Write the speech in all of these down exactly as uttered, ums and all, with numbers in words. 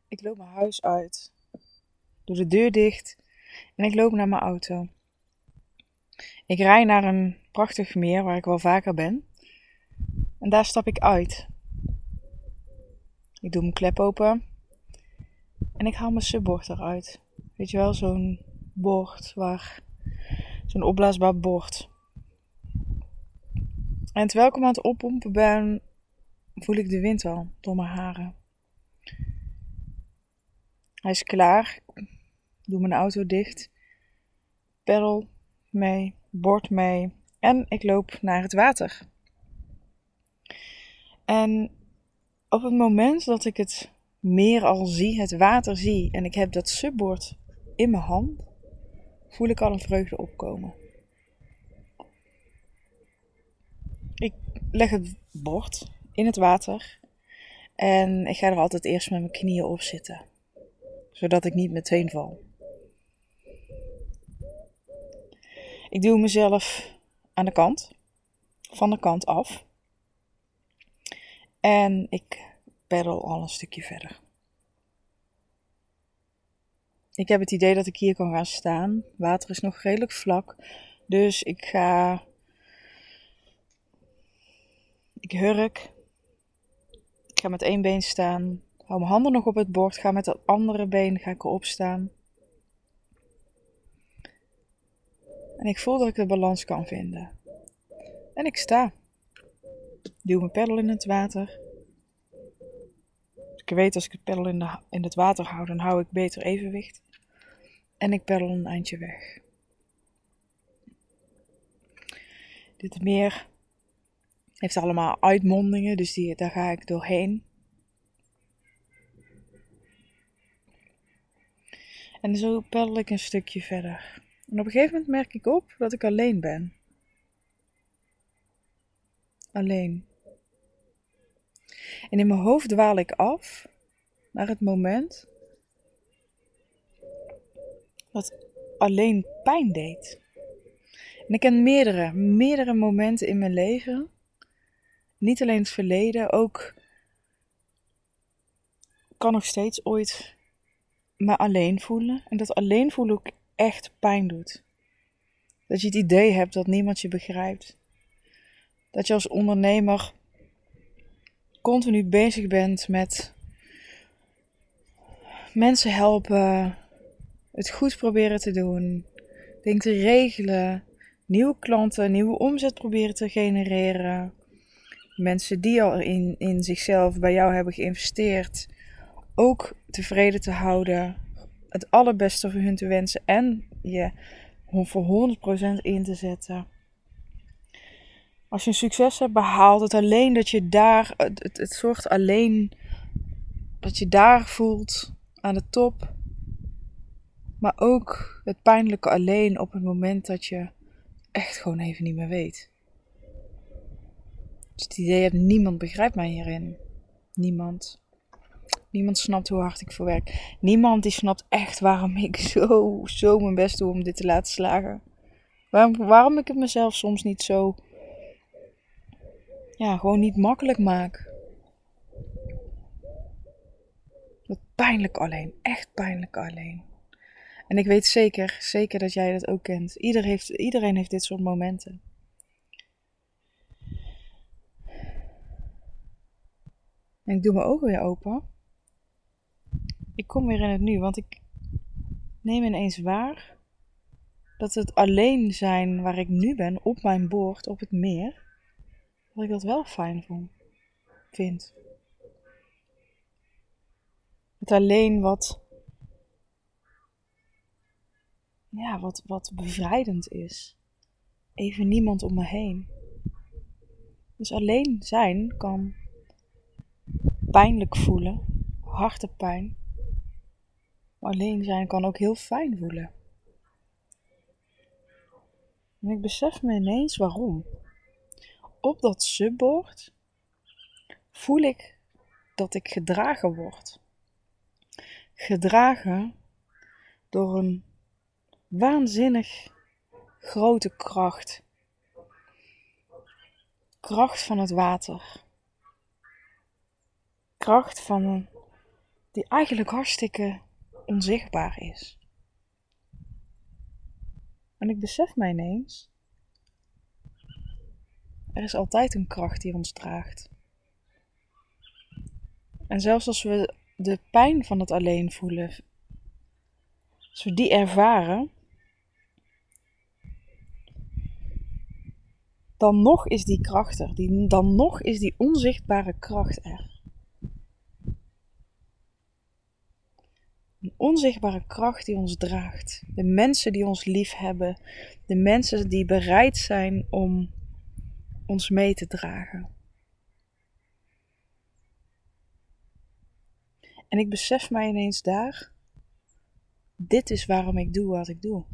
Ik loop mijn huis uit, doe de deur dicht en ik loop naar mijn auto. Ik rij naar een prachtig meer waar ik wel vaker ben en daar stap ik uit. Ik doe mijn klep open en ik haal mijn subbord eruit. Weet je wel, zo'n bord waar, zo'n opblaasbaar bord. En terwijl ik hem aan het oppompen ben, voel ik de wind al door mijn haren. Hij is klaar. Ik doe mijn auto dicht. Peddel mee, bord mee en ik loop naar het water. En op het moment dat ik het meer al zie, het water zie en ik heb dat subbord in mijn hand, voel ik al een vreugde opkomen. Ik leg het bord in het water en ik ga er altijd eerst met mijn knieën op zitten, zodat ik niet meteen val. Ik duw mezelf aan de kant, van de kant af en ik peddel al een stukje verder. Ik heb het idee dat ik hier kan gaan staan. Water is nog redelijk vlak, dus ik ga... Ik hurk. Ik ga met één been staan. Hou mijn handen nog op het bord. Ga met het andere been ga ik erop staan. En ik voel dat ik de balans kan vinden. En ik sta. Duw mijn peddel in het water. Ik weet als ik het peddel in, de, in het water hou, dan hou ik beter evenwicht. En ik peddel een eindje weg. Dit meer heeft allemaal uitmondingen, dus die, daar ga ik doorheen. En zo peddel ik een stukje verder. En op een gegeven moment merk ik op dat ik alleen ben. Alleen. En in mijn hoofd dwaal ik af naar het moment dat alleen pijn deed. En ik ken meerdere, meerdere momenten in mijn leven. Niet alleen het verleden, ook kan nog steeds ooit me alleen voelen. En dat alleen voelen ook echt pijn doet. Dat je het idee hebt dat niemand je begrijpt. Dat je als ondernemer continu bezig bent met mensen helpen, het goed proberen te doen, dingen te regelen, nieuwe klanten, nieuwe omzet proberen te genereren. Mensen die al in, in zichzelf bij jou hebben geïnvesteerd, ook tevreden te houden, het allerbeste voor hun te wensen en je voor honderd procent in te zetten. Als je een succes hebt behaald, het alleen dat je daar, het, het, het zorgt alleen dat je daar voelt aan de top. Maar ook het pijnlijke alleen op het moment dat je echt gewoon even niet meer weet. Dus het idee hebt, niemand begrijpt mij hierin. Niemand. Niemand snapt hoe hard ik voor werk. Niemand die snapt echt waarom ik zo, zo mijn best doe om dit te laten slagen. Waarom, waarom ik het mezelf soms niet zo, ja, gewoon niet makkelijk maak. Dat pijnlijk alleen. Echt pijnlijk alleen. En ik weet zeker, zeker dat jij dat ook kent. Ieder heeft, iedereen heeft dit soort momenten. En ik doe mijn ogen weer open. Ik kom weer in het nu, want ik neem ineens waar dat het alleen zijn waar ik nu ben, op mijn boord, op het meer, dat ik dat wel fijn vond, vind. Het alleen wat, ja, wat, wat bevrijdend is. Even niemand om me heen. Dus alleen zijn kan pijnlijk voelen, hartepijn. Maar alleen zijn kan ook heel fijn voelen. En ik besef me ineens waarom. Op dat subbord voel ik dat ik gedragen word. Gedragen door een waanzinnig grote kracht. Kracht van het water. Kracht van die eigenlijk hartstikke onzichtbaar is. En ik besef mij ineens, er is altijd een kracht die ons draagt. En zelfs als we de pijn van het alleen voelen, als we die ervaren, dan nog is die kracht er. Die, dan nog is die onzichtbare kracht er. Een onzichtbare kracht die ons draagt. De mensen die ons lief hebben. De mensen die bereid zijn om ons mee te dragen. En ik besef mij ineens daar, dit is waarom ik doe wat ik doe.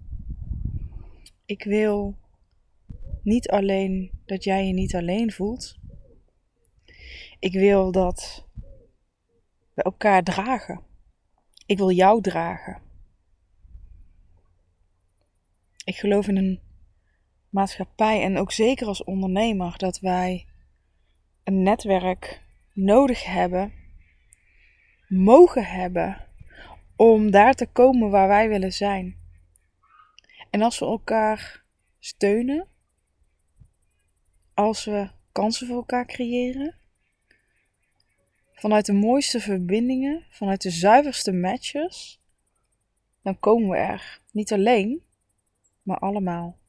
Ik wil niet alleen dat jij je niet alleen voelt. Ik wil dat we elkaar dragen. Ik wil jou dragen. Ik geloof in een maatschappij en ook zeker als ondernemer dat wij een netwerk nodig hebben, mogen hebben, om daar te komen waar wij willen zijn. En als we elkaar steunen, als we kansen voor elkaar creëren, vanuit de mooiste verbindingen, vanuit de zuiverste matches, dan komen we er. Niet alleen, maar allemaal.